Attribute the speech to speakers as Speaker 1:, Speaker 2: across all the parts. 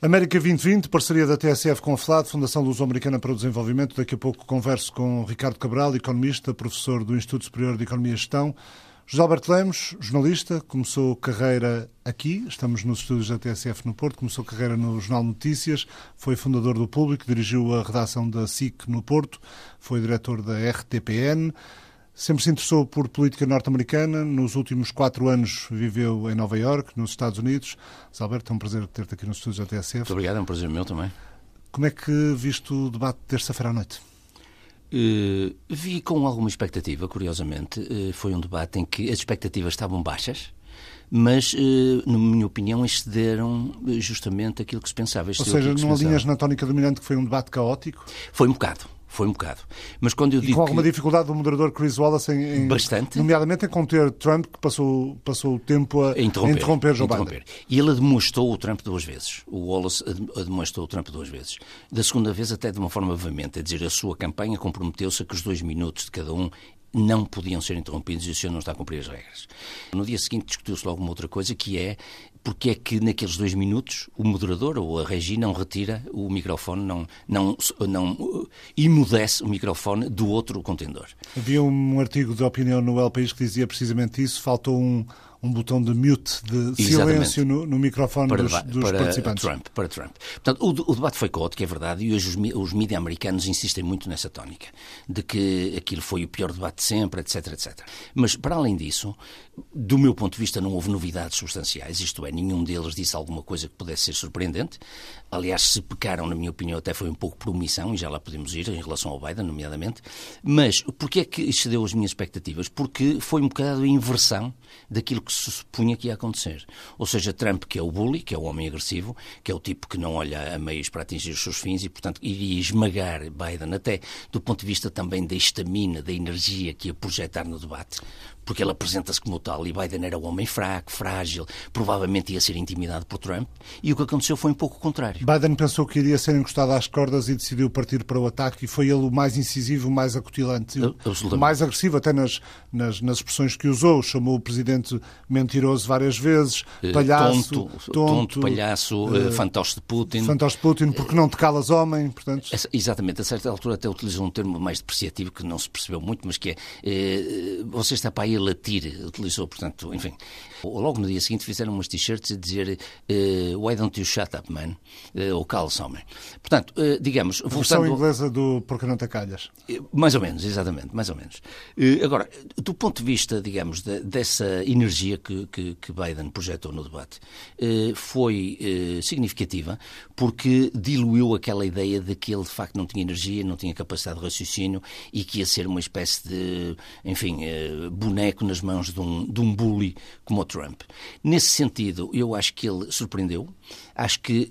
Speaker 1: América 2020, parceria da TSF com a FLAD, Fundação Luso-Americana para o Desenvolvimento. Daqui a pouco converso com Ricardo Cabral, economista, professor do Instituto Superior de Economia e Gestão. José Alberto Lemos, jornalista, começou carreira aqui, estamos nos estúdios da TSF no Porto, começou carreira no Jornal Notícias, foi fundador do Público, dirigiu a redação da SIC no Porto, foi diretor da RTPN, sempre se interessou por política norte-americana, nos últimos 4 anos viveu em Nova Iorque, nos Estados Unidos. José Alberto, é um prazer ter-te aqui nos estúdios da TSF.
Speaker 2: Muito obrigado, é um prazer meu também.
Speaker 1: Como é que viste o debate de terça-feira à noite?
Speaker 2: Vi com alguma expectativa, curiosamente. Foi um debate em que as expectativas estavam baixas, mas, na minha opinião, excederam justamente aquilo que se pensava.
Speaker 1: Ou seja, não alinhas na tónica dominante que foi um debate caótico?
Speaker 2: Foi um bocado. Mas quando eu digo
Speaker 1: com alguma dificuldade do moderador Chris Wallace
Speaker 2: bastante.
Speaker 1: Nomeadamente em conter Trump, que passou o tempo a interromper Joe Biden.
Speaker 2: E ele demonstrou o Trump 2 vezes. O Wallace demonstrou o Trump 2 vezes. Da segunda vez até de uma forma veemente, a dizer, a sua campanha comprometeu-se a que os 2 minutos de cada um não podiam ser interrompidos e o senhor não está a cumprir as regras. No dia seguinte discutiu-se logo uma outra coisa, que é porque é que naqueles 2 minutos o moderador ou a regi não retira o microfone, não emudece o microfone do outro contendor.
Speaker 1: Havia um artigo de opinião no El País que dizia precisamente isso, faltou um botão de mute, de silêncio no microfone dos participantes.
Speaker 2: Para Trump. Portanto, o debate foi caótico, é verdade, e hoje os mídias americanos insistem muito nessa tónica, de que aquilo foi o pior debate de sempre, etc, etc. Mas, para além disso, do meu ponto de vista, não houve novidades substanciais, isto é, nenhum deles disse alguma coisa que pudesse ser surpreendente. Aliás, se pecaram, na minha opinião, até foi um pouco por omissão, e já lá podemos ir, em relação ao Biden, nomeadamente. Mas, porquê é que excedeu as minhas expectativas? Porque foi um bocado a inversão daquilo que se supunha que ia acontecer. Ou seja, Trump, que é o bully, que é o homem agressivo, que é o tipo que não olha a meios para atingir os seus fins e, portanto, iria esmagar Biden, até do ponto de vista também da estamina, da energia que ia projetar no debate, porque ele apresenta-se como tal, e Biden era um homem fraco, frágil, provavelmente ia ser intimidado por Trump, e o que aconteceu foi um pouco o contrário.
Speaker 1: Biden pensou que iria ser encostado às cordas e decidiu partir para o ataque, e foi ele o mais incisivo, o mais acutilante, o mais agressivo, até nas expressões que usou. Chamou o presidente mentiroso várias vezes, palhaço,
Speaker 2: tonto palhaço, fantoche de Putin.
Speaker 1: Fantoche de Putin, porque não te calas, homem, portanto...
Speaker 2: Exatamente, a certa altura até utilizou um termo mais depreciativo que não se percebeu muito, mas que é você está para aí a latir, utilizou, portanto, enfim. Logo no dia seguinte fizeram umas t-shirts a dizer Why don't you shut up, man? Ou cala-se, homem. Portanto, digamos...
Speaker 1: A versão inglesa do Porque não te calhas.
Speaker 2: Mais ou menos, exatamente, mais ou menos. Agora, do ponto de vista, digamos, dessa energia que Biden projetou no debate, foi significativa, porque diluiu aquela ideia de que ele, de facto, não tinha energia, não tinha capacidade de raciocínio e que ia ser uma espécie de, enfim, boneco nas mãos de um bully como o Trump. Nesse sentido, eu acho que ele surpreendeu, acho que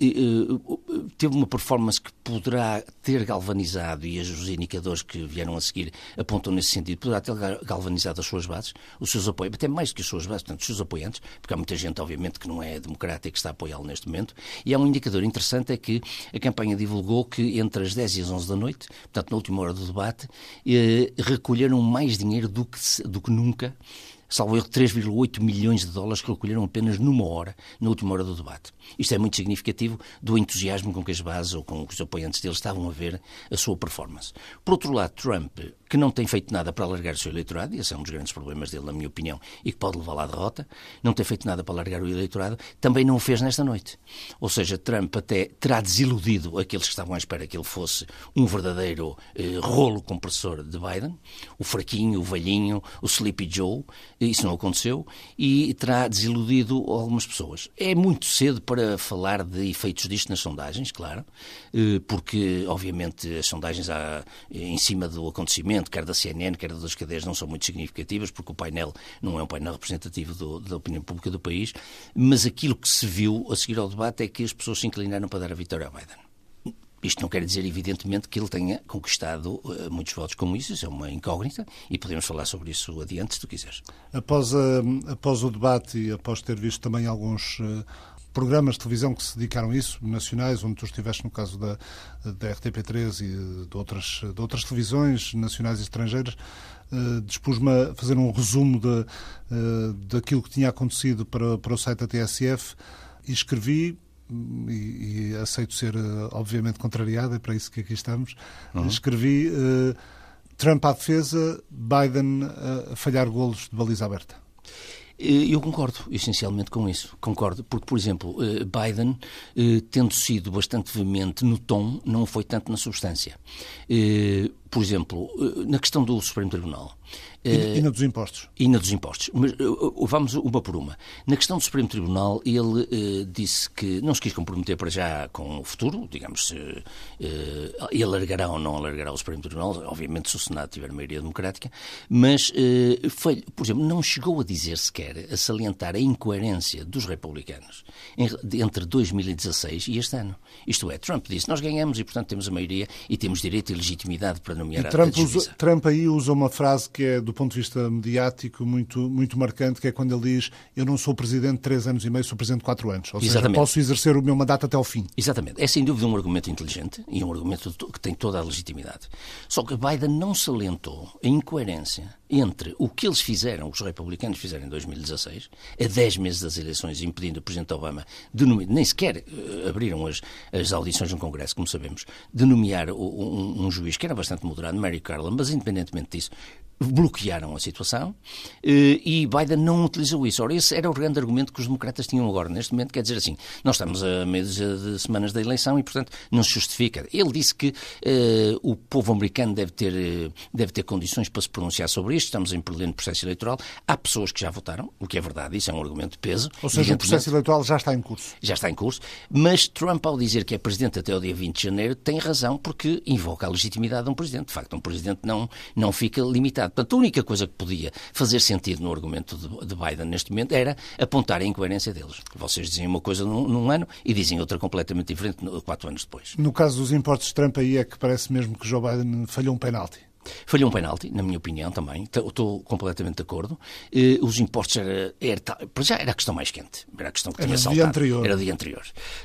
Speaker 2: teve uma performance que poderá ter galvanizado, e os indicadores que vieram a seguir apontam nesse sentido, poderá ter galvanizado as suas bases, os seus apoios, até mais do que as suas bases, portanto, os seus apoiantes, porque há muita gente, obviamente, que não é democrata e que está a apoiá-lo neste momento. E há um indicador interessante, é que a campanha divulgou que entre as 10 e as 11 da noite, portanto, na última hora do debate, recolheram mais dinheiro do que nunca, salvo erro, 3,8 milhões de dólares que recolheram apenas numa hora, na última hora do debate. Isto é muito significativo do entusiasmo com que as bases ou com que os apoiantes deles estavam a ver a sua performance. Por outro lado, Trump, que não tem feito nada para alargar o seu eleitorado, e esse é um dos grandes problemas dele, na minha opinião, e que pode levá-lo à derrota, não tem feito nada para alargar o eleitorado, também não o fez nesta noite. Ou seja, Trump até terá desiludido aqueles que estavam à espera que ele fosse um verdadeiro rolo compressor de Biden, o fraquinho, o velhinho, o Sleepy Joe. Isso não aconteceu, e terá desiludido algumas pessoas. É muito cedo para falar de efeitos disto nas sondagens, claro, porque, obviamente, as sondagens em cima do acontecimento, quer da CNN, quer das cadeias, não são muito significativas, porque o painel não é um painel representativo da opinião pública do país, mas aquilo que se viu a seguir ao debate é que as pessoas se inclinaram para dar a vitória a Biden. Isto não quer dizer, evidentemente, que ele tenha conquistado muitos votos como isso é uma incógnita, e podemos falar sobre isso adiante, se tu quiseres.
Speaker 1: Após o debate e após ter visto também alguns programas de televisão que se dedicaram a isso, nacionais, onde tu estiveste no caso da RTP3 e de outras televisões nacionais e estrangeiras, dispus-me a fazer um resumo daquilo que tinha acontecido para o site da TSF e escrevi, e aceito ser, obviamente, contrariado, é para isso que aqui estamos. Escrevi Trump à defesa, Biden a falhar golos de baliza aberta.
Speaker 2: Eu concordo, essencialmente, com isso. Concordo, porque, por exemplo, Biden, tendo sido bastante veemente no tom, não foi tanto na substância. Por exemplo, na questão do Supremo Tribunal.
Speaker 1: E na dos impostos.
Speaker 2: E na dos impostos. Mas vamos uma por uma. Na questão do Supremo Tribunal, ele disse que não se quis comprometer para já com o futuro, digamos, se ele alargará ou não alargará o Supremo Tribunal, obviamente se o Senado tiver maioria democrática, mas, por exemplo, não chegou a dizer sequer, a salientar a incoerência dos republicanos entre 2016 e este ano. Isto é, Trump disse, nós ganhamos e, portanto, temos a maioria e temos direito e legitimidade para nomear a juíza.
Speaker 1: Trump aí usa uma frase que é, do ponto de vista mediático, muito marcante, que é quando ele diz, eu não sou presidente de 3 anos e meio, sou presidente de 4 anos. Ou seja, posso exercer o meu mandato até ao fim.
Speaker 2: Exatamente. É sem dúvida um argumento inteligente e um argumento que tem toda a legitimidade. Só que Biden não salientou a incoerência entre o que eles fizeram, os republicanos fizeram em 2016, a 10 meses das eleições, impedindo o presidente Obama de nomear, nem sequer abriram as audições no Congresso, como sabemos, de nomear um juiz que era bastante moderado, Merrick Garland, mas independentemente disso, bloquearam a situação e Biden não utilizou isso. Ora, esse era o grande argumento que os democratas tinham agora, neste momento, quer dizer assim, nós estamos a meses de semanas da eleição e, portanto, não se justifica. Ele disse que o povo americano deve ter condições para se pronunciar sobre isto, estamos em pleno processo eleitoral, há pessoas que já votaram, o que é verdade, isso é um argumento de peso.
Speaker 1: Ou seja, o processo eleitoral já está em curso.
Speaker 2: Já está em curso, mas Trump, ao dizer que é presidente até o dia 20 de janeiro, tem razão porque invoca a legitimidade de um presidente. De facto, um presidente não fica limitado. Portanto, a única coisa que podia fazer sentido no argumento de Biden neste momento era apontar a incoerência deles. Vocês dizem uma coisa num ano e dizem outra completamente diferente 4 anos depois.
Speaker 1: No caso dos impostos de Trump, aí é que parece mesmo que Joe Biden falhou um penalti.
Speaker 2: Falhou um penalti, na minha opinião também, estou completamente de acordo. Os impostos para já era a questão mais quente, era a questão que tinha saltado. Era o dia anterior.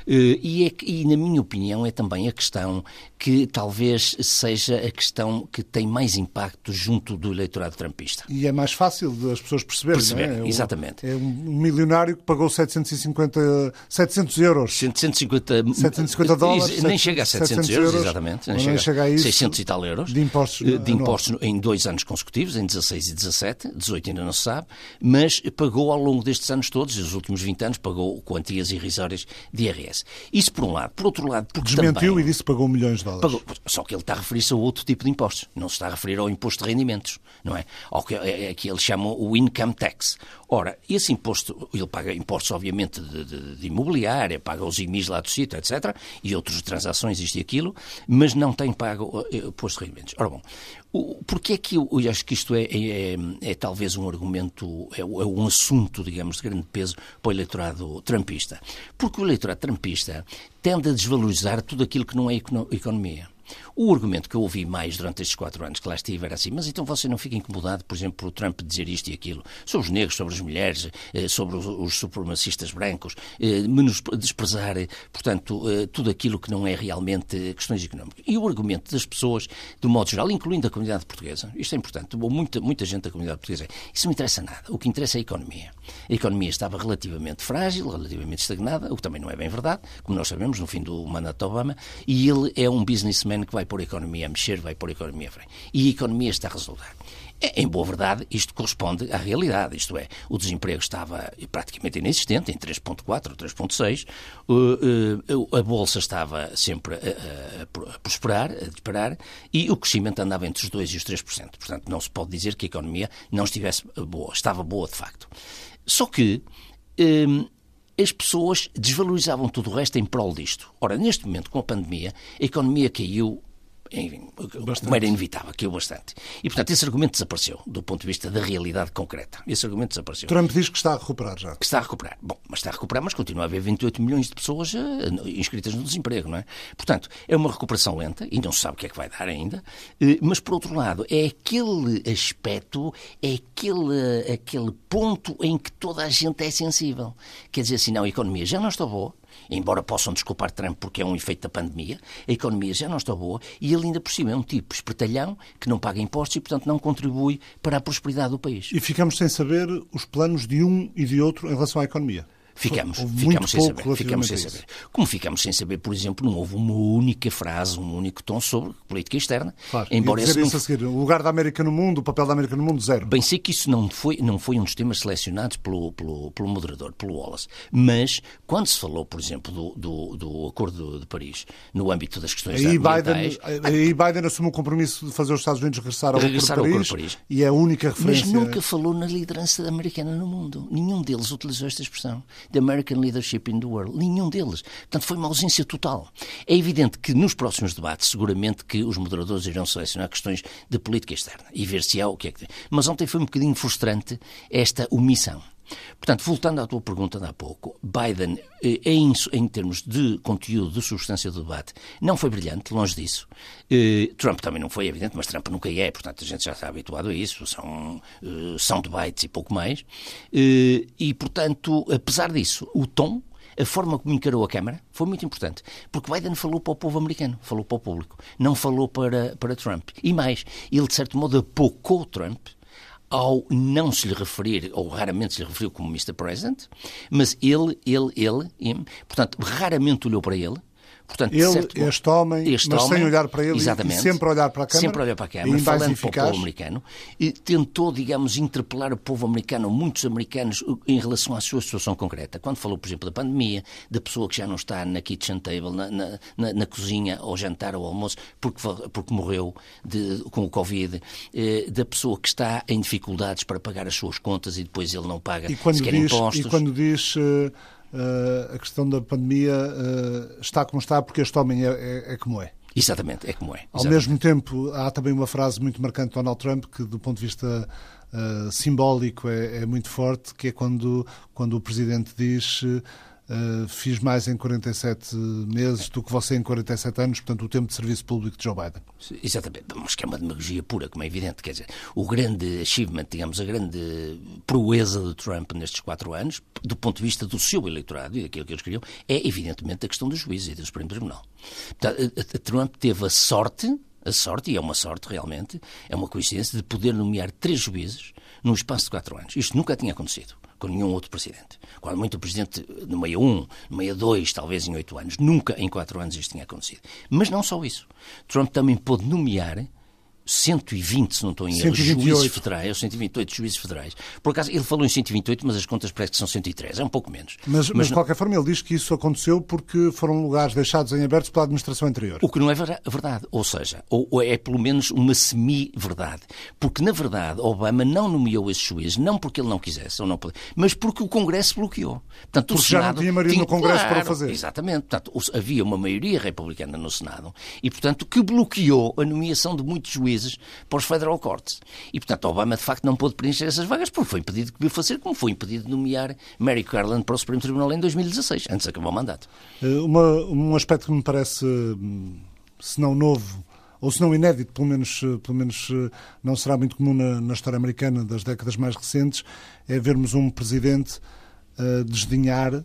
Speaker 2: E na minha opinião é também a questão que talvez seja a questão que tem mais impacto junto do eleitorado trumpista.
Speaker 1: E é mais fácil das pessoas perceberem, não é?
Speaker 2: Exatamente.
Speaker 1: É um milionário que pagou 700 euros.
Speaker 2: 750
Speaker 1: dólares.
Speaker 2: Nem chega a 700 euros, exatamente. Nem chega a isso, 600 e tal euros.
Speaker 1: De impostos.
Speaker 2: De impostos em 2 anos consecutivos, em 16 e 17, 18 ainda não se sabe, mas pagou ao longo destes anos todos, os últimos 20 anos, pagou quantias irrisórias de IRS. Isso por um lado. Por outro lado, porque
Speaker 1: desmentiu
Speaker 2: também,
Speaker 1: e disse que pagou milhões de dólares.
Speaker 2: Pagou, só que ele está a referir-se a outro tipo de impostos. Não se está a referir ao imposto de rendimentos, não é? Ao que eles chamam o income tax. Ora, esse imposto, ele paga impostos, obviamente, de imobiliária, paga os IMIs lá do sítio, etc., e outras transações, isto e aquilo, mas não tem pago imposto de rendimentos. Ora bom, porque é que eu acho que isto é talvez um argumento, é um assunto, digamos, de grande peso para o eleitorado trumpista? Porque o eleitorado trumpista tende a desvalorizar tudo aquilo que não é economia. O argumento que eu ouvi mais durante estes 4 anos que lá estive era assim, mas então você não fica incomodado, por exemplo, por o Trump dizer isto e aquilo, sobre os negros, sobre as mulheres, sobre os supremacistas brancos, desprezar, portanto, tudo aquilo que não é realmente questões económicas. E o argumento das pessoas, de um modo geral, incluindo a comunidade portuguesa, isto é importante, muita gente da comunidade portuguesa, isso não interessa nada, o que interessa é a economia. A economia estava relativamente frágil, relativamente estagnada, o que também não é bem verdade, como nós sabemos, no fim do mandato de Obama, e ele é um businessman que vai pôr a economia a mexer, vai pôr a economia a freio. E a economia está a resultar. Em boa verdade, isto corresponde à realidade, isto é, o desemprego estava praticamente inexistente, em 3,4 ou 3,6, a Bolsa estava sempre a prosperar, a disparar, e o crescimento andava entre os 2% e os 3%. Portanto, não se pode dizer que a economia não estivesse boa, estava boa de facto. Só que as pessoas desvalorizavam tudo o resto em prol disto. Ora, neste momento, com a pandemia, a economia caiu, como era inevitável, caiu bastante. E, portanto, esse argumento desapareceu, do ponto de vista da realidade concreta. Esse argumento desapareceu.
Speaker 1: Trump diz que está a recuperar já.
Speaker 2: Que está a recuperar. Bom, mas está a recuperar, mas continua a haver 28 milhões de pessoas inscritas no desemprego, não é? Portanto, é uma recuperação lenta, e não se sabe o que é que vai dar ainda, mas, por outro lado, é aquele aspecto, é aquele ponto em que toda a gente é sensível. Quer dizer assim, não, a economia já não está boa, embora possam desculpar Trump porque é um efeito da pandemia, a economia já não está boa e ele ainda por cima é um tipo espertalhão que não paga impostos e, portanto, não contribui para a prosperidade do país.
Speaker 1: E ficamos sem saber os planos de um e de outro em relação à economia.
Speaker 2: Ficamos sem saber. Como ficamos sem saber, por exemplo, não houve uma única frase, um único tom sobre política externa.
Speaker 1: Claro.
Speaker 2: Embora
Speaker 1: dizer isso a seguir, o lugar da América no mundo, o papel da América no mundo, zero.
Speaker 2: Bem, sei que isso não foi um dos temas selecionados pelo moderador, pelo Wallace. Mas, quando se falou, por exemplo, do Acordo de Paris, no âmbito das questões ambientais...
Speaker 1: Aí Biden assumiu o compromisso de fazer os Estados Unidos regressar ao Acordo de Paris, e é a única referência...
Speaker 2: Mas nunca falou na liderança americana no mundo. Nenhum deles utilizou esta expressão. The American Leadership in the World. Nenhum deles. Portanto, foi uma ausência total. É evidente que nos próximos debates, seguramente que os moderadores irão selecionar questões de política externa e ver se há o que é que tem. Mas ontem foi um bocadinho frustrante esta omissão. Portanto, voltando à tua pergunta de há pouco, Biden, em termos de conteúdo, de substância do debate, não foi brilhante, longe disso. Trump também não foi, evidente, mas Trump nunca é, portanto a gente já está habituado a isso, são debates e pouco mais. E, portanto, apesar disso, o tom, a forma como encarou a Câmara foi muito importante, porque Biden falou para o povo americano, falou para o público, não falou para Trump. E mais, ele de certo modo apocou Trump ao não se lhe referir, ou raramente se lhe referiu como Mr. President, mas ele, portanto, raramente olhou para ele. Portanto,
Speaker 1: este homem, sem olhar para ele, e sempre olhar para a Câmara.
Speaker 2: Sempre olhar para a Câmara, falando para o povo americano. E tentou, digamos, interpelar o povo americano, muitos americanos, em relação à sua situação concreta. Quando falou, por exemplo, da pandemia, da pessoa que já não está na kitchen table, na cozinha, ao jantar ou ao almoço, porque morreu com o Covid, da pessoa que está em dificuldades para pagar as suas contas e depois ele não paga sequer impostos.
Speaker 1: E quando diz... a questão da pandemia está como está porque este homem é como é.
Speaker 2: Exatamente, é como é.
Speaker 1: Ao mesmo tempo, há também uma frase muito marcante de Donald Trump que, do ponto de vista simbólico, é muito forte, que é quando o Presidente diz fiz mais em 47 meses do que você em 47 anos, portanto, o tempo de serviço público de Joe Biden.
Speaker 2: Exatamente, mas que é uma demagogia pura, como é evidente. Quer dizer, o grande achievement, digamos, a grande proeza de Trump nestes 4 anos, do ponto de vista do seu eleitorado e daquilo que eles queriam, é evidentemente a questão dos juízes e do Supremo Tribunal. Portanto, Trump teve a sorte, e é uma sorte realmente, é uma coincidência, de poder nomear 3 juízes num espaço de 4 anos. Isto nunca tinha acontecido com nenhum outro presidente. Quando muito o presidente nomeia 1, nomeia 2, talvez em 8 anos. Nunca em 4 anos isto tinha acontecido. Mas não só isso. Trump também pôde nomear 120, se não estou em erro, juízes federais, ou 128 juízes federais. Por acaso, ele falou em 128, mas as contas parece que são 103, é um pouco menos.
Speaker 1: Mas de qualquer forma, ele diz que isso aconteceu porque foram lugares deixados em aberto pela administração anterior.
Speaker 2: O que não é verdade, ou seja, ou é pelo menos uma semi-verdade. Porque, na verdade, Obama não nomeou esses juízes, não porque ele não quisesse, ou não pudesse, mas porque o Congresso bloqueou. Portanto,
Speaker 1: porque o Senado já não tinha maioria no Congresso para o fazer.
Speaker 2: Exatamente. Portanto, havia uma maioria republicana no Senado e, portanto, que bloqueou a nomeação de muitos juízes para os Federal Courts. E, portanto, Obama, de facto, não pôde preencher essas vagas porque foi impedido de fazer, como foi impedido de nomear Merrick Garland para o Supremo Tribunal em 2016, antes de acabar o mandato.
Speaker 1: Um aspecto que me parece, se não novo, ou se não inédito, pelo menos não será muito comum na história americana das décadas mais recentes, é vermos um presidente desdenhar,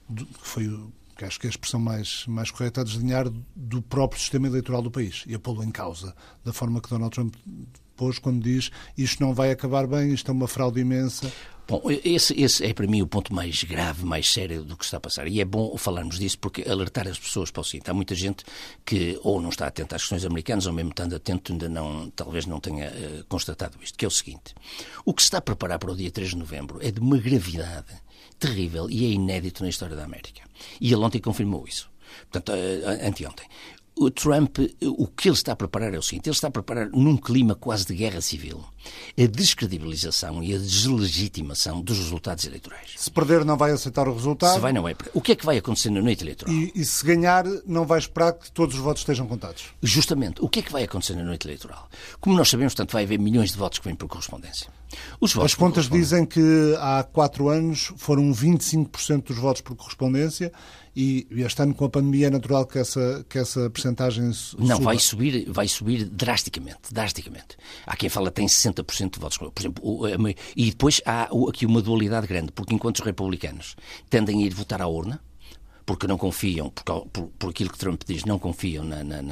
Speaker 1: que acho que é a expressão mais correta, a desdenhar do próprio sistema eleitoral do país e a pô-lo em causa, da forma que Donald Trump pôs quando diz isto não vai acabar bem, isto é uma fraude imensa.
Speaker 2: Bom, esse é para mim o ponto mais grave, mais sério do que está a passar. E é bom falarmos disso porque alertar as pessoas para o seguinte. Há muita gente que ou não está atenta às questões americanas ou mesmo estando atento talvez não tenha constatado isto, que é o seguinte. O que se está a preparar para o dia 3 de novembro é de uma gravidade terrível e é inédito na história da América. E ele ontem confirmou isso. Portanto, anteontem. O Trump, o que ele está a preparar é o seguinte, ele está a preparar num clima quase de guerra civil a descredibilização e a deslegitimação dos resultados eleitorais.
Speaker 1: Se perder não vai aceitar o resultado.
Speaker 2: Se vai, não é. O que é que vai acontecer na noite eleitoral?
Speaker 1: E se ganhar não vai esperar que todos os votos estejam contados.
Speaker 2: Justamente. O que é que vai acontecer na noite eleitoral? Como nós sabemos, portanto, vai haver milhões de votos que vêm por correspondência.
Speaker 1: As contas dizem que há 4 anos foram 25% dos votos por correspondência e este ano com a pandemia é natural que essa percentagem suba.
Speaker 2: Não, vai subir drasticamente. Há quem fala que tem 60% de votos. Por exemplo, e depois há aqui uma dualidade grande, porque enquanto os republicanos tendem a ir votar à urna, porque não confiam, por aquilo que Trump diz, não confiam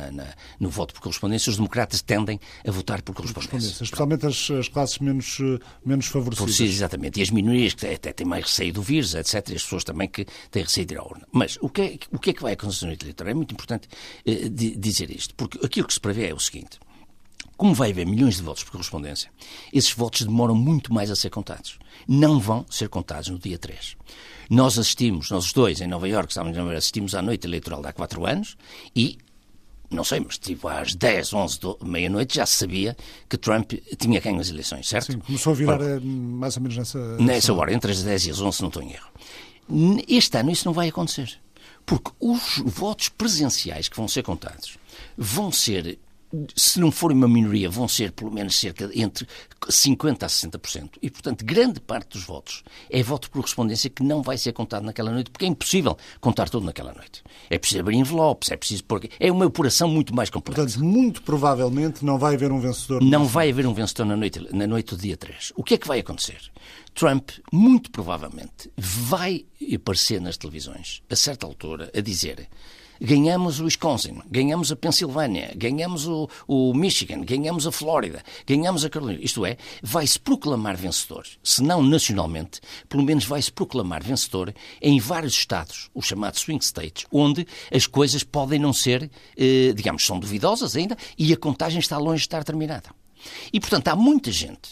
Speaker 2: no voto por correspondência, os democratas tendem a votar por correspondência.
Speaker 1: Especialmente as classes menos favorecidas.
Speaker 2: Exatamente. E as minorias que até têm mais receio do vírus, etc. E as pessoas também que têm receio de ir à urna. Mas o que é que vai acontecer na noite eleitoral? É muito importante dizer isto, porque aquilo que se prevê é o seguinte. Como vai haver milhões de votos por correspondência, esses votos demoram muito mais a ser contados. Não vão ser contados no dia 3. Nós os dois, em Nova Iorque, assistimos à noite eleitoral de há 4 anos e, não sei, mas tipo às 10, 11, meia-noite já se sabia que Trump tinha ganho as eleições, certo?
Speaker 1: Sim, começou a virar mais ou menos
Speaker 2: nessa hora, entre as 10 e as 11, se não estou em erro. Este ano isso não vai acontecer, porque os votos presenciais que vão ser contados vão ser, se não forem uma minoria, vão ser pelo menos cerca entre 50% a 60%. E, portanto, grande parte dos votos é voto por correspondência que não vai ser contado naquela noite, porque é impossível contar tudo naquela noite. É preciso abrir envelopes, é uma operação muito mais complexa.
Speaker 1: Portanto, muito provavelmente não vai haver um vencedor.
Speaker 2: Não vai haver um vencedor na noite do dia 3. O que é que vai acontecer? Trump, muito provavelmente, vai aparecer nas televisões, a certa altura, a dizer: ganhamos o Wisconsin, ganhamos a Pensilvânia, ganhamos o Michigan, ganhamos a Flórida, ganhamos a Carolina. Isto é, vai-se proclamar vencedor. Se não nacionalmente, pelo menos vai-se proclamar vencedor em vários estados, os chamados swing states, onde as coisas podem não ser, digamos, são duvidosas ainda e a contagem está longe de estar terminada. E, portanto, há muita gente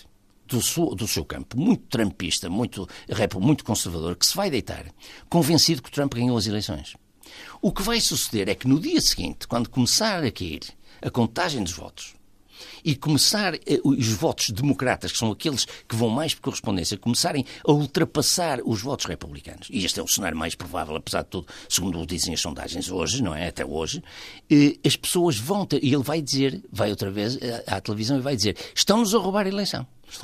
Speaker 2: do seu campo, muito trumpista, muito conservador, que se vai deitar convencido que o Trump ganhou as eleições. O que vai suceder é que no dia seguinte, quando começar a cair a contagem dos votos e começar os votos democratas, que são aqueles que vão mais por correspondência, começarem a ultrapassar os votos republicanos, e este é o cenário mais provável, apesar de tudo, segundo o dizem as sondagens hoje, não é? Até hoje, as pessoas vão ter, e ele vai outra vez à televisão e vai dizer: estão-nos a roubar a eleição.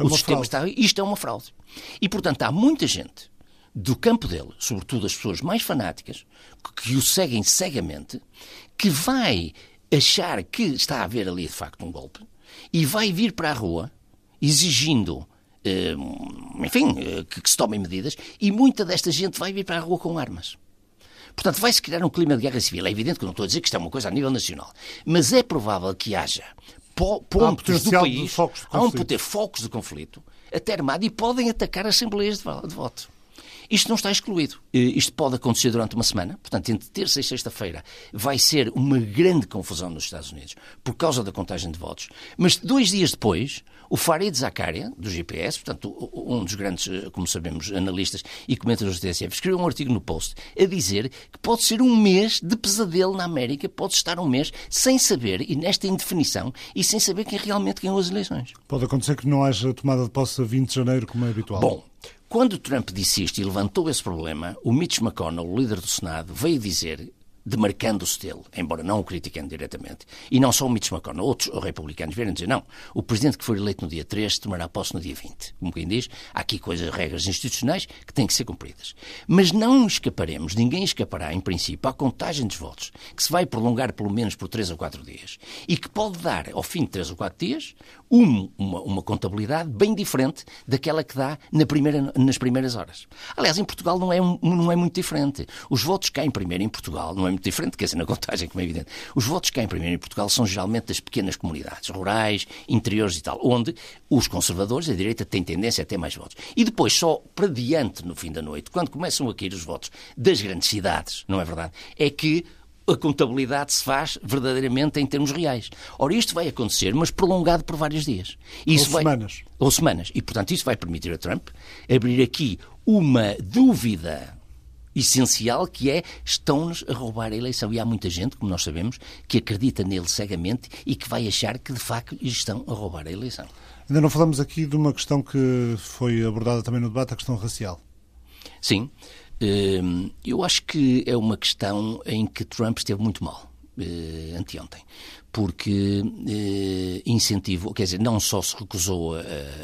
Speaker 2: Isto é uma fraude. E, portanto, há muita gente do campo dele, sobretudo as pessoas mais fanáticas, que o seguem cegamente, que vai achar que está a haver ali de facto um golpe e vai vir para a rua exigindo, que se tomem medidas, e muita desta gente vai vir para a rua com armas. Portanto, vai-se criar um clima de guerra civil. É evidente que eu não estou a dizer que isto é uma coisa a nível nacional, mas é provável que haja pontos do país onde ter focos de conflito até armado e podem atacar assembleias de voto. Isto não está excluído. Isto pode acontecer durante uma semana. Portanto, entre terça e sexta-feira vai ser uma grande confusão nos Estados Unidos por causa da contagem de votos. Mas 2 dias depois, o Fareed Zakaria, do GPS, portanto, um dos grandes, como sabemos, analistas e comentadores do TSF, escreveu um artigo no Post a dizer que pode ser um mês de pesadelo na América, pode estar um mês sem saber, e nesta indefinição, e sem saber quem realmente ganhou as eleições.
Speaker 1: Pode acontecer que não haja tomada de posse a 20 de janeiro, como é habitual.
Speaker 2: Bom, quando Trump disse isto e levantou esse problema, o Mitch McConnell, o líder do Senado, veio dizer, demarcando-se dele, embora não o criticando diretamente, e não só o Mitch McConnell, outros republicanos vieram dizer: não, o presidente que for eleito no dia 3 tomará posse no dia 20. Como quem diz, há aqui regras institucionais que têm que ser cumpridas. Mas não escaparemos, ninguém escapará, em princípio, à contagem dos votos, que se vai prolongar pelo menos por 3 ou 4 dias, e que pode dar, ao fim de 3 ou 4 dias, uma contabilidade bem diferente daquela que dá nas primeiras horas. Aliás, em Portugal não é muito diferente. Os votos caem primeiro em Portugal, não é muito diferente, quer dizer, na contagem, como é evidente. Os votos que caem primeiro em Portugal são geralmente das pequenas comunidades, rurais, interiores e tal, onde os conservadores, a direita, têm tendência a ter mais votos. E depois, só para diante, no fim da noite, quando começam a cair os votos das grandes cidades, não é verdade? É que a contabilidade se faz verdadeiramente em termos reais. Ora, isto vai acontecer, mas prolongado por vários dias. Ou semanas. E, portanto, isso vai permitir a Trump abrir aqui uma dúvida essencial, que é: estão-nos a roubar a eleição. E há muita gente, como nós sabemos, que acredita nele cegamente e que vai achar que, de facto, lhe estão a roubar a eleição.
Speaker 1: Ainda não falamos aqui de uma questão que foi abordada também no debate, a questão racial.
Speaker 2: Sim. Eu acho que é uma questão em que Trump esteve muito mal, anteontem, porque incentivou, quer dizer, não só se recusou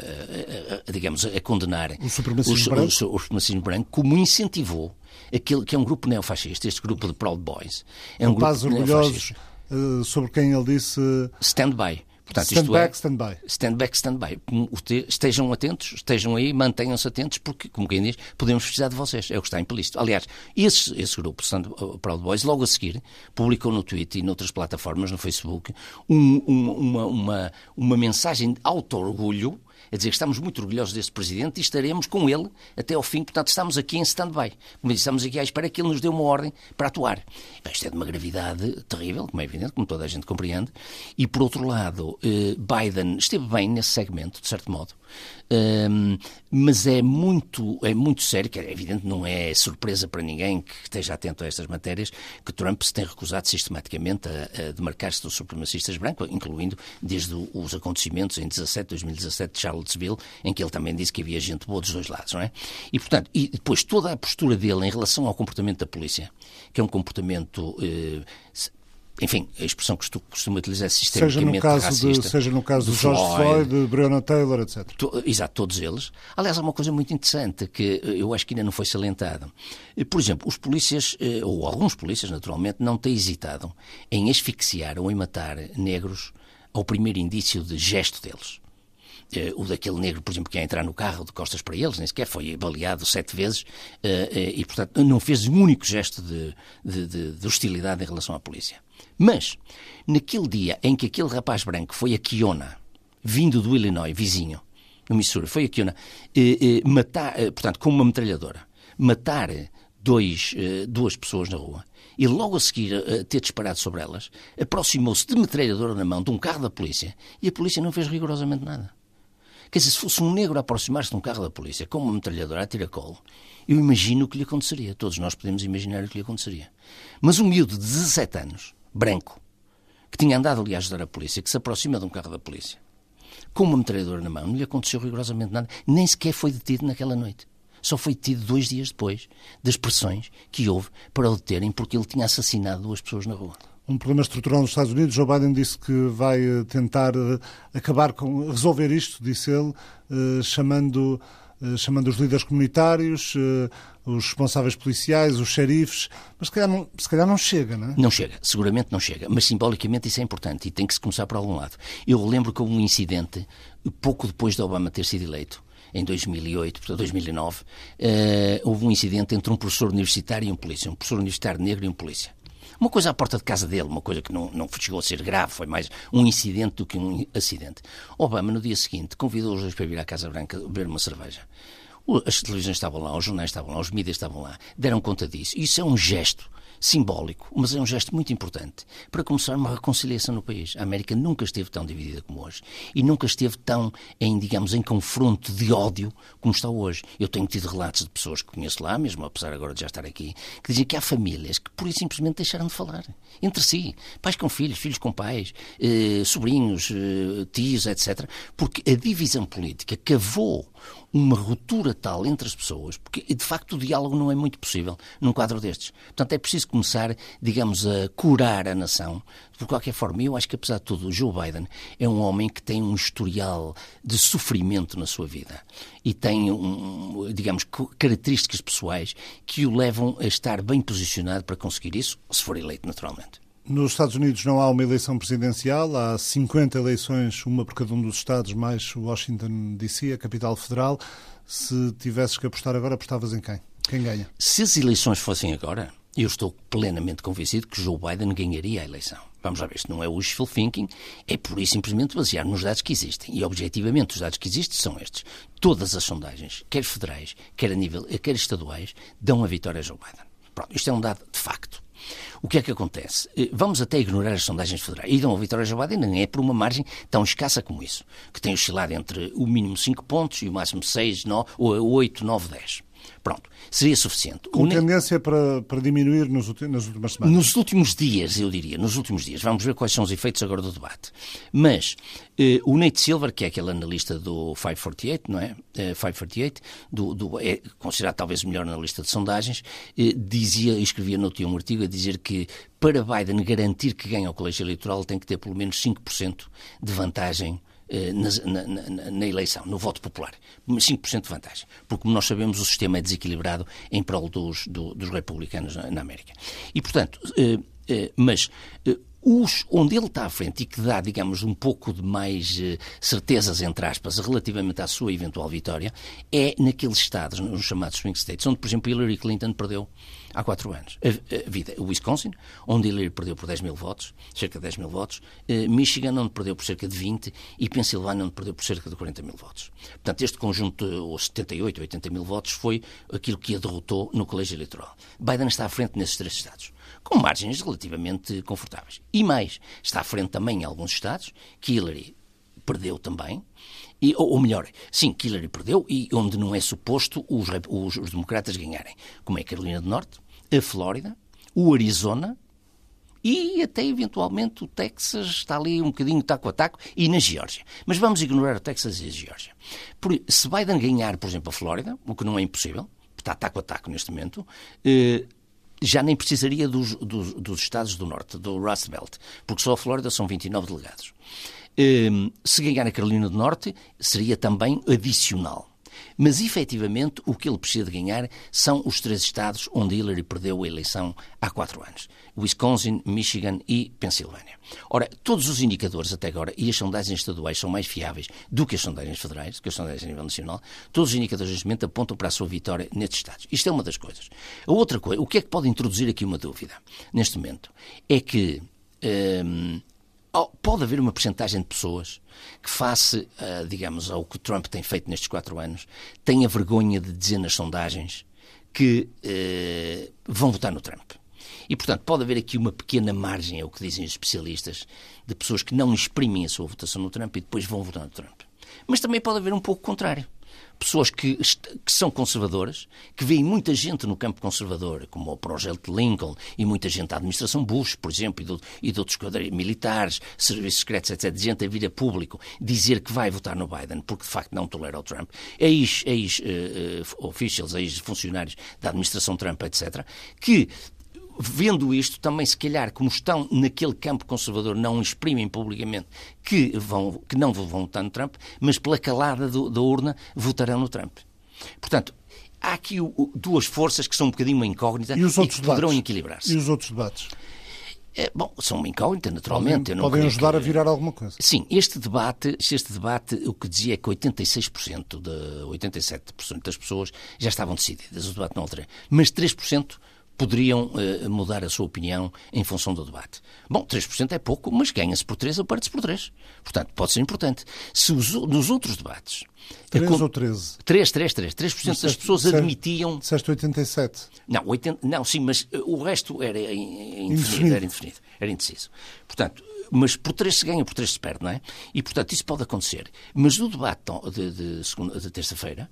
Speaker 2: a condenar
Speaker 1: o supremacismo branco,
Speaker 2: como incentivou aquele que é um grupo neofascista, este grupo de Proud Boys.
Speaker 1: É um grupo orgulhosos, sobre quem ele disse...
Speaker 2: Stand by. Portanto,
Speaker 1: stand back, stand by.
Speaker 2: Stand back, stand by. Estejam atentos, estejam aí, mantenham-se atentos, porque, como quem diz, podemos precisar de vocês. É o que está implícito. Aliás, esse grupo, Proud Boys, logo a seguir, publicou no Twitter e noutras plataformas, no Facebook, uma mensagem de auto-orgulho, a dizer que estamos muito orgulhosos deste Presidente e estaremos com ele até ao fim. Portanto, estamos aqui em stand-by. Como disse, estamos aqui à espera que ele nos dê uma ordem para atuar. Isto é de uma gravidade terrível, como é evidente, como toda a gente compreende. E, por outro lado, Biden esteve bem nesse segmento, de certo modo. Mas é muito sério, que é evidente, não é surpresa para ninguém que esteja atento a estas matérias, que Trump se tem recusado sistematicamente a demarcar-se dos supremacistas brancos, incluindo desde os acontecimentos em 2017 de Charlottesville, em que ele também disse que havia gente boa dos dois lados, não é? E, portanto, e depois toda a postura dele em relação ao comportamento da polícia, que é um comportamento... enfim, a expressão que costuma utilizar é sistemicamente racista.
Speaker 1: Seja no caso de George Floyd, de Breonna Taylor, etc.
Speaker 2: Exato, todos eles. Aliás, há uma coisa muito interessante que eu acho que ainda não foi salientada. Por exemplo, os polícias, ou alguns polícias, naturalmente, não têm hesitado em asfixiar ou em matar negros ao primeiro indício de gesto deles. O daquele negro, por exemplo, que ia entrar no carro de costas para eles, nem sequer foi baleado 7 vezes e, portanto, não fez um único gesto de hostilidade em relação à polícia. Mas, naquele dia em que aquele rapaz branco foi a Kiona, vindo do Illinois, vizinho, no Missouri, foi a Kiona, matar, portanto, com uma metralhadora, matar duas pessoas na rua, e logo a seguir a ter disparado sobre elas, aproximou-se de metralhadora na mão de um carro da polícia e a polícia não fez rigorosamente nada. Quer dizer, se fosse um negro a aproximar-se de um carro da polícia com uma metralhadora a tiracolo, eu imagino o que lhe aconteceria. Todos nós podemos imaginar o que lhe aconteceria. Mas um miúdo de 17 anos, branco, que tinha andado ali a ajudar a polícia, que se aproxima de um carro da polícia, com uma metralhadora na mão, não lhe aconteceu rigorosamente nada, nem sequer foi detido naquela noite. Só foi detido 2 dias depois das pressões que houve para o deterem porque ele tinha assassinado 2 pessoas na rua.
Speaker 1: Um problema estrutural nos Estados Unidos. Joe Biden disse que vai tentar resolver isto, disse ele, chamando os líderes comunitários, os responsáveis policiais, os xerifes, mas se calhar não chega, não é?
Speaker 2: Não chega, seguramente não chega, mas simbolicamente isso é importante e tem que se começar por algum lado. Eu lembro que houve um incidente, pouco depois de Obama ter sido eleito, em 2008, portanto 2009, houve um incidente entre um professor universitário e um polícia, um professor universitário negro e um polícia. Uma coisa à porta de casa dele, uma coisa que não chegou a ser grave, foi mais um incidente do que um acidente. Obama, no dia seguinte, convidou os dois para vir à Casa Branca beber uma cerveja. As televisões estavam lá, os jornais estavam lá, os mídias estavam lá, deram conta disso. Isso é um gesto simbólico, mas é um gesto muito importante para começar uma reconciliação no país. A América nunca esteve tão dividida como hoje e nunca esteve tão em confronto de ódio como está hoje. Eu tenho tido relatos de pessoas que conheço lá, mesmo apesar agora de já estar aqui, que dizem que há famílias que pura e simplesmente deixaram de falar entre si. Pais com filhos, filhos com pais, sobrinhos, tios, etc. Porque a divisão política cavou uma ruptura tal entre as pessoas, porque de facto o diálogo não é muito possível num quadro destes. Portanto, é preciso começar, digamos, a curar a nação. De qualquer forma, eu acho que apesar de tudo, o Joe Biden é um homem que tem um historial de sofrimento na sua vida e tem, digamos, características pessoais que o levam a estar bem posicionado para conseguir isso, se for eleito naturalmente.
Speaker 1: Nos Estados Unidos não há uma eleição presidencial, há 50 eleições, uma por cada um dos estados, mais Washington DC, a capital federal. Se tivesses que apostar agora, apostavas em quem? Quem ganha?
Speaker 2: Se as eleições fossem agora, eu estou plenamente convencido que Joe Biden ganharia a eleição. Vamos lá ver, isto não é wishful thinking, é pura e simplesmente baseado nos dados que existem. E, objetivamente, os dados que existem são estes. Todas as sondagens, quer federais, quer estaduais, dão a vitória a Joe Biden. Pronto, isto é um dado de facto. O que é que acontece? Vamos até ignorar as sondagens federais. E dão a vitória a Joe Biden nem é por uma margem tão escassa como isso, que tem oscilado entre o mínimo 5 pontos e o máximo 6, 9, 8, 9, 10. Pronto, seria suficiente.
Speaker 1: Com tendência para diminuir nas últimas semanas?
Speaker 2: Nos últimos dias, eu diria, nos últimos dias. Vamos ver quais são os efeitos agora do debate. Mas o Nate Silver, que é aquele analista do 548, não é? 548, é considerado talvez o melhor analista de sondagens, escrevia no um artigo a dizer que para Biden garantir que ganha o colégio eleitoral tem que ter pelo menos 5% de vantagem na eleição, no voto popular. 5% de vantagem. Porque, como nós sabemos, o sistema é desequilibrado em prol dos republicanos na América. E, portanto, mas Onde ele está à frente e que dá, digamos, um pouco de mais certezas, entre aspas, relativamente à sua eventual vitória, é naqueles estados, nos chamados swing states, onde, por exemplo, Hillary Clinton perdeu há 4 anos a vida. O Wisconsin, onde Hillary perdeu por 10 mil votos, cerca de 10 mil votos, Michigan, onde perdeu por cerca de 20, e Pensilvânia, onde perdeu por cerca de 40 mil votos. Portanto, este conjunto, os 78, 80 mil votos, foi aquilo que a derrotou no colégio eleitoral. Biden está à frente nesses 3 estados, com margens relativamente confortáveis. E mais, está à frente também em alguns estados que Hillary perdeu também, ou melhor, sim, que Hillary perdeu e onde não é suposto os democratas ganharem, como é a Carolina do Norte, a Flórida, o Arizona e até eventualmente o Texas, está ali um bocadinho taco a taco, e na Geórgia. Mas vamos ignorar o Texas e a Geórgia. Se Biden ganhar, por exemplo, a Flórida, o que não é impossível, está taco a taco neste momento, já nem precisaria dos estados do Norte, do Rust Belt, porque só a Flórida são 29 delegados. Se ganhar a Carolina do Norte, seria também adicional. Mas, efetivamente, o que ele precisa de ganhar são os 3 estados onde Hillary perdeu a eleição há 4 anos. Wisconsin, Michigan e Pensilvânia. Ora, todos os indicadores até agora, e as sondagens estaduais são mais fiáveis do que as sondagens federais, do que as sondagens a nível nacional, todos os indicadores neste momento apontam para a sua vitória nestes estados. Isto é uma das coisas. A outra coisa, o que é que pode introduzir aqui uma dúvida, neste momento, é que pode haver uma percentagem de pessoas que, face, digamos, ao que o Trump tem feito nestes 4 anos, tenha vergonha de dizer nas sondagens que vão votar no Trump. E, portanto, pode haver aqui uma pequena margem, é o que dizem os especialistas, de pessoas que não exprimem a sua votação no Trump e depois vão votar no Trump. Mas também pode haver um pouco o contrário. Pessoas que são conservadoras, que veem muita gente no campo conservador, como o projeto Lincoln e muita gente da administração Bush, por exemplo, e de outros quadros militares, serviços secretos, etc., de gente a vir a público dizer que vai votar no Biden porque de facto não tolera o Trump, ex-officials, ex-funcionários da administração Trump, etc., que vendo isto, também se calhar, como estão naquele campo conservador, não exprimem publicamente que não vão votar no Trump, mas pela calada da urna votarão no Trump. Portanto, há aqui 2 forças que são um bocadinho uma incógnita e que poderão equilibrar-se.
Speaker 1: E os outros debates?
Speaker 2: Bom, são uma incógnita, naturalmente.
Speaker 1: Podem ajudar a virar alguma coisa.
Speaker 2: Sim, este debate, o que dizia é que 87% das pessoas já estavam decididas, o debate não altera, mas 3% poderiam mudar a sua opinião em função do debate. Bom, 3% é pouco, mas ganha-se por 3 ou perde-se por 3. Portanto, pode ser importante. Se nos outros debates...
Speaker 1: 3 ou 13?
Speaker 2: 3% das pessoas admitiam...
Speaker 1: Disseste 87?
Speaker 2: Não, sim, mas o resto era indefinido. Era indeciso. Portanto, mas por 3 se ganha, por 3 se perde, não é? E, portanto, isso pode acontecer. Mas no debate de terça-feira,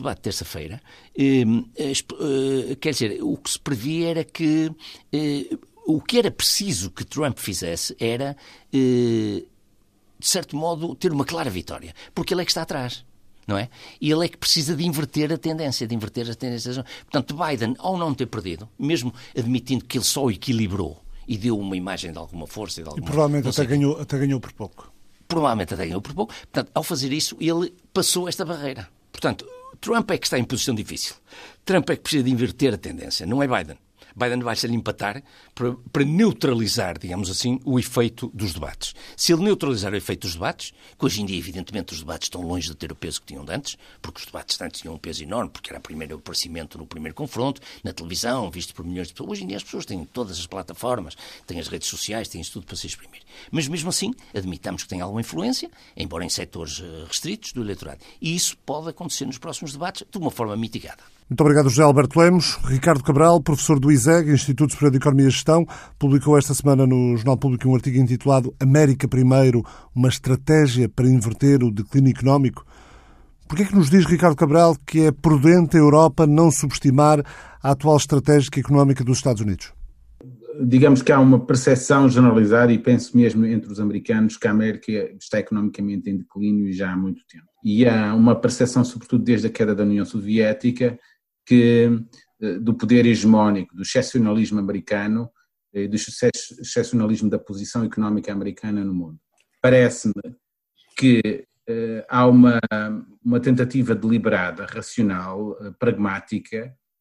Speaker 2: quer dizer, o que se previa era que o que era preciso que Trump fizesse era, de certo modo, ter uma clara vitória, porque ele é que está atrás. Não é? E ele é que precisa de inverter a tendência. Portanto, Biden, ao não ter perdido, mesmo admitindo que ele só equilibrou e deu uma imagem de alguma força. E
Speaker 1: provavelmente até ganhou por pouco.
Speaker 2: Provavelmente até ganhou por pouco. Portanto, ao fazer isso, ele passou esta barreira. Portanto, Trump é que está em posição difícil. Trump é que precisa de inverter a tendência, não é Biden. Biden vai se lhe empatar para neutralizar, digamos assim, o efeito dos debates. Se ele neutralizar o efeito dos debates, que hoje em dia, evidentemente, os debates estão longe de ter o peso que tinham de antes, porque os debates de antes tinham um peso enorme, porque era o primeiro aparecimento no primeiro confronto, na televisão, visto por milhões de pessoas. Hoje em dia as pessoas têm todas as plataformas, têm as redes sociais, têm isso tudo para se exprimir. Mas mesmo assim, admitamos que tem alguma influência, embora em setores restritos do eleitorado. E isso pode acontecer nos próximos debates de uma forma mitigada.
Speaker 1: Muito obrigado, José Alberto Lemos. Ricardo Cabral, professor do ISEG, Instituto Superior de Economia e Gestão, publicou esta semana no Jornal Público um artigo intitulado América Primeiro, uma estratégia para inverter o declínio económico. Por que é que nos diz Ricardo Cabral que é prudente a Europa não subestimar a atual estratégia económica dos Estados Unidos?
Speaker 3: Digamos que há uma percepção generalizada, e penso mesmo entre os americanos, que a América está economicamente em declínio já há muito tempo. E há uma percepção, sobretudo desde a queda da União Soviética, do poder hegemónico, do excepcionalismo americano, do excepcionalismo da posição económica americana no mundo. Parece-me que há uma tentativa deliberada, racional, pragmática,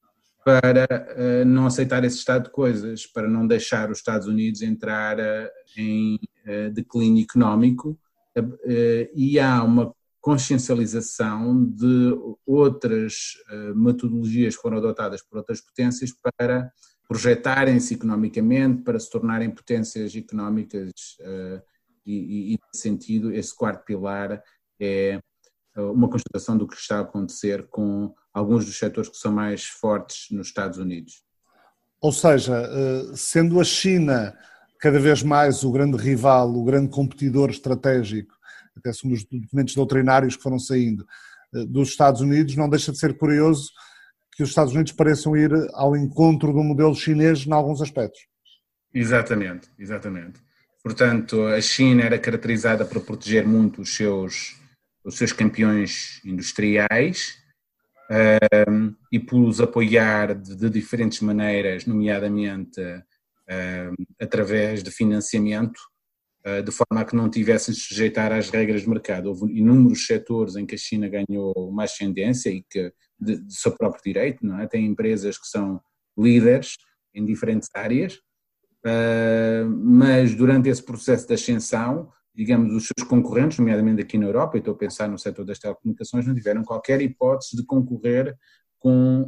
Speaker 3: para não aceitar esse estado de coisas, para não deixar os Estados Unidos entrar em declínio económico, e há uma consciencialização de outras metodologias que foram adotadas por outras potências para projetarem-se economicamente, para se tornarem potências económicas, e nesse sentido, esse quarto pilar é uma constatação do que está a acontecer com alguns dos setores que são mais fortes nos Estados Unidos.
Speaker 1: Ou seja, sendo a China cada vez mais o grande rival, o grande competidor estratégico, até segundo os documentos doutrinários que foram saindo dos Estados Unidos, não deixa de ser curioso que os Estados Unidos pareçam ir ao encontro do modelo chinês em alguns aspectos.
Speaker 3: Exatamente. Portanto, a China era caracterizada por proteger muito os seus campeões industriais e por os apoiar de diferentes maneiras, nomeadamente através de financiamento, de forma a que não tivessem de sujeitar às regras de mercado. Houve inúmeros setores em que a China ganhou uma ascendência e que, de seu próprio direito, não é? Tem empresas que são líderes em diferentes áreas, mas durante esse processo de ascensão, digamos, os seus concorrentes, nomeadamente aqui na Europa, e estou a pensar no setor das telecomunicações, não tiveram qualquer hipótese de concorrer com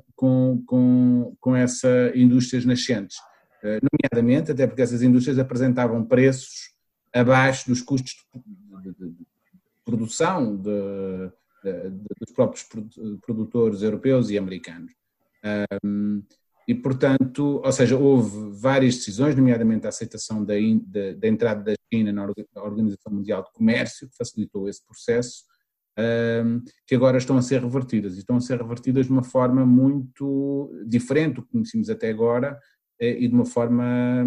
Speaker 3: essas indústrias nascentes, nomeadamente até porque essas indústrias apresentavam preços abaixo dos custos de produção dos próprios produtores europeos e americanos. E, portanto, ou seja, houve várias decisões, nomeadamente a aceitação da entrada da China na Organização Mundial de Comércio, que facilitou esse processo, que agora estão a ser revertidas, e estão a ser revertidas de uma forma muito diferente do que conhecemos até agora, e de uma forma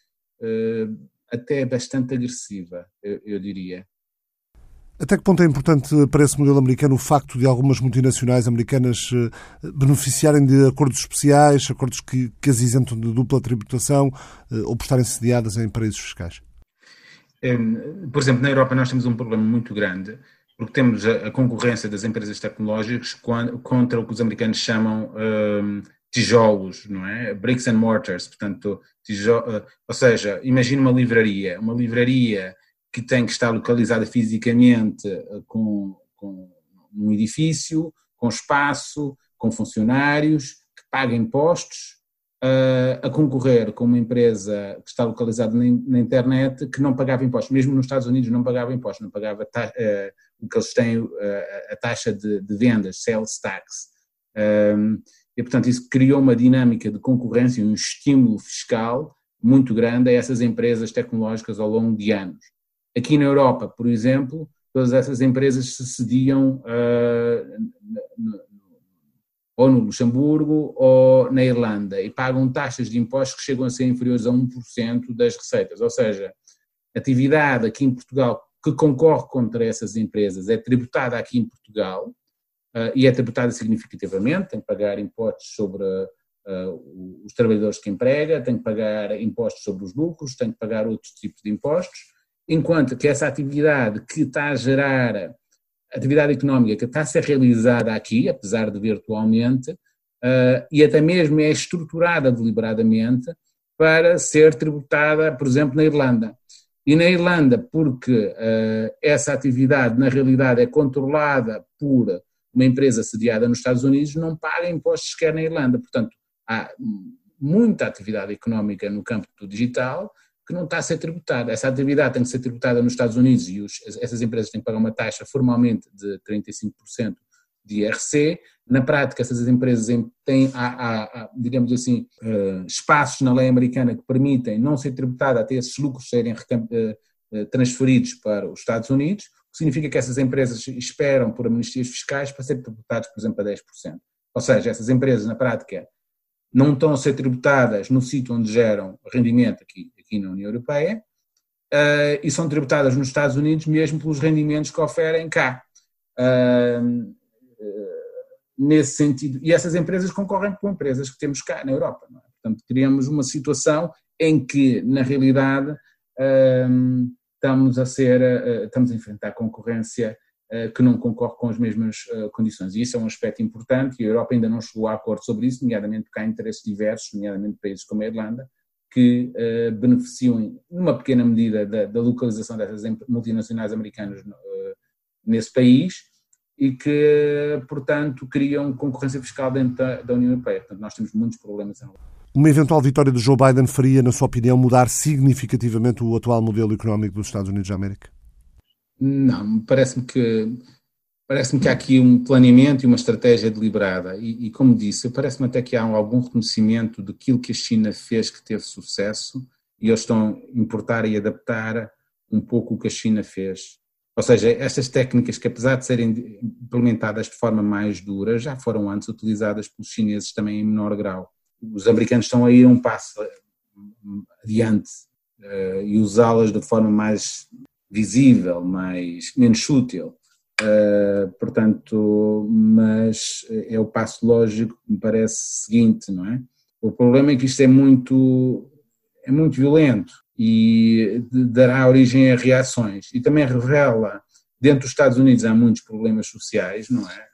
Speaker 3: até bastante agressiva, eu diria.
Speaker 1: Até que ponto é importante para esse modelo americano o facto de algumas multinacionais americanas beneficiarem de acordos especiais, acordos que as isentam de dupla tributação ou por estarem sediadas em paraísos fiscais?
Speaker 3: Por exemplo, na Europa nós temos um problema muito grande, porque temos a concorrência das empresas tecnológicas contra o que os americanos chamam tijolos, não é? Bricks and mortars, portanto, ou seja, imagina uma livraria que tem que estar localizada fisicamente com um edifício, com espaço, com funcionários, que paga impostos, a concorrer com uma empresa que está localizada na internet que não pagava impostos. Mesmo nos Estados Unidos não pagava impostos, não pagava o que eles têm, a taxa de vendas, sales tax. E, portanto, isso criou uma dinâmica de concorrência, um estímulo fiscal muito grande a essas empresas tecnológicas ao longo de anos. Aqui na Europa, por exemplo, todas essas empresas se sediam ou no Luxemburgo ou na Irlanda e pagam taxas de impostos que chegam a ser inferiores a 1% das receitas. Ou seja, a atividade aqui em Portugal que concorre contra essas empresas é tributada aqui em Portugal e é tributada significativamente, tem que pagar impostos sobre os trabalhadores que emprega, tem que pagar impostos sobre os lucros, tem que pagar outros tipos de impostos. Enquanto que essa atividade que está a gerar, atividade económica que está a ser realizada aqui, apesar de virtualmente, e até mesmo é estruturada deliberadamente para ser tributada, por exemplo, na Irlanda. E na Irlanda, porque essa atividade na realidade é controlada por uma empresa sediada nos Estados Unidos, não paga impostos sequer na Irlanda. Portanto, há muita atividade económica no campo do digital que não está a ser tributada. Essa atividade tem que ser tributada nos Estados Unidos e essas empresas têm que pagar uma taxa formalmente de 35% de IRC. Na prática, essas empresas têm, digamos assim, espaços na lei americana que permitem não ser tributada até esses lucros serem transferidos para os Estados Unidos, o que significa que essas empresas esperam por amnistias fiscais para serem tributadas, por exemplo, a 10%. Ou seja, essas empresas, na prática, não estão a ser tributadas no sítio onde geram rendimento aqui na União Europeia e são tributadas nos Estados Unidos mesmo pelos rendimentos que oferem cá. Nesse sentido, e essas empresas concorrem com empresas que temos cá na Europa, não é? Portanto, criamos uma situação em que, na realidade, estamos a enfrentar concorrência que não concorre com as mesmas condições. E isso é um aspecto importante e a Europa ainda não chegou a acordo sobre isso, nomeadamente porque há interesses diversos, nomeadamente países como a Irlanda, que beneficiam, numa pequena medida, da localização dessas multinacionais americanas nesse país e que, portanto, criam concorrência fiscal dentro da União Europeia. Portanto, nós temos muitos problemas.
Speaker 1: Uma eventual vitória de Joe Biden faria, na sua opinião, mudar significativamente o atual modelo económico dos Estados Unidos da América?
Speaker 3: Não, parece-me que há aqui um planeamento e uma estratégia deliberada e como disse, parece-me até que há algum reconhecimento daquilo que a China fez que teve sucesso e eles estão a importar e adaptar um pouco o que a China fez. Ou seja, estas técnicas que apesar de serem implementadas de forma mais dura, já foram antes utilizadas pelos chineses também em menor grau. Os americanos estão a ir um passo adiante e usá-las de forma mais visível, menos sutil. Portanto, mas é o passo lógico que me parece seguinte, não é? O problema é que isto é muito violento e dará origem a reações e também revela, dentro dos Estados Unidos há muitos problemas sociais, não é?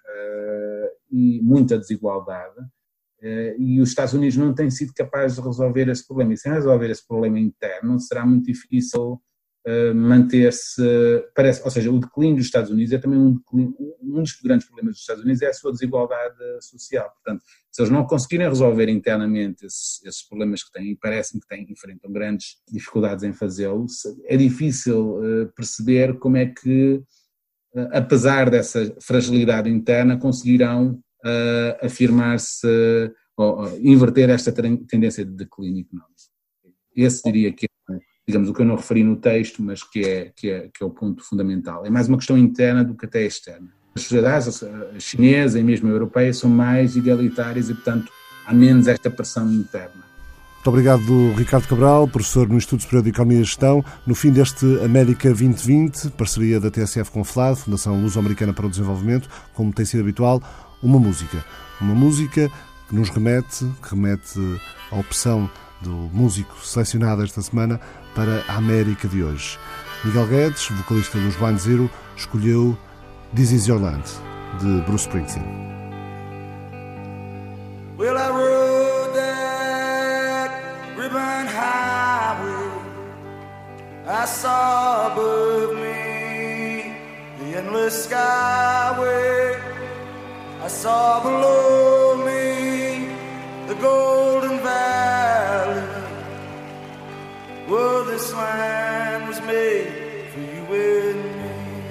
Speaker 3: E muita desigualdade e os Estados Unidos não têm sido capazes de resolver esse problema e sem resolver esse problema interno será muito difícil manter-se, ou seja, o declínio dos Estados Unidos é também um dos grandes problemas dos Estados Unidos é a sua desigualdade social, portanto, se eles não conseguirem resolver internamente esses problemas que têm, e parece-me que enfrentam grandes dificuldades em fazê-lo, é difícil perceber como é que, apesar dessa fragilidade interna, conseguirão afirmar-se ou inverter esta tendência de declínio económico. Esse diria que digamos, o que eu não referi no texto, mas que é o ponto fundamental. É mais uma questão interna do que até externa. As sociedades, a chinesa e mesmo a europeia, são mais egalitárias e, portanto, há menos esta pressão interna.
Speaker 1: Muito obrigado, Ricardo Cabral, professor no Instituto Superior de Economia e Gestão. No fim deste América 2020, parceria da TSF com FLAD, Fundação Luso-Americana para o Desenvolvimento, como tem sido habitual, uma música que nos remete à opção do músico selecionado esta semana para a América de hoje. Miguel Guedes, vocalista dos Blind Zero, escolheu This Is Your Land, de Bruce Springsteen.
Speaker 4: Well, I rode that ribbon highway. I saw above me the endless skyway. I saw below me the golden valley. Well, this land was made for you and me.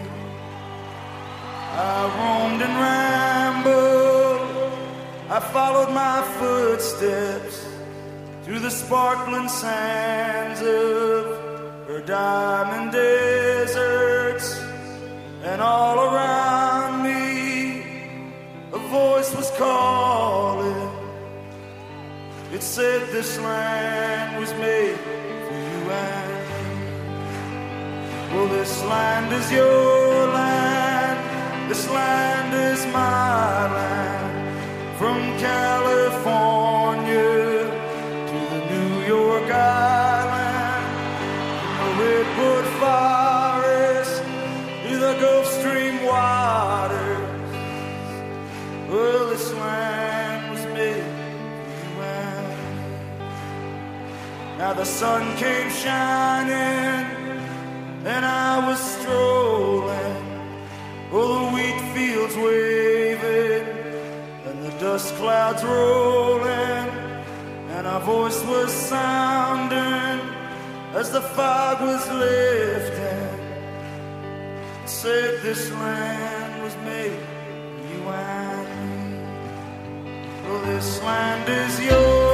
Speaker 4: I roamed and rambled, I followed my footsteps through the sparkling sands of her diamond deserts. And all around me a voice was calling. It said this land was made for you and me. Well, this land is your land, this land is my land. From California to the New York Island, from the Redwood Forest to the Gulf Stream waters. Well, this land was made. Now the sun came shining and I was strolling, oh, the wheat fields waving and the dust clouds rolling, and our voice was sounding as the fog was lifting. It said this land was made for you and me. Well, this land is yours.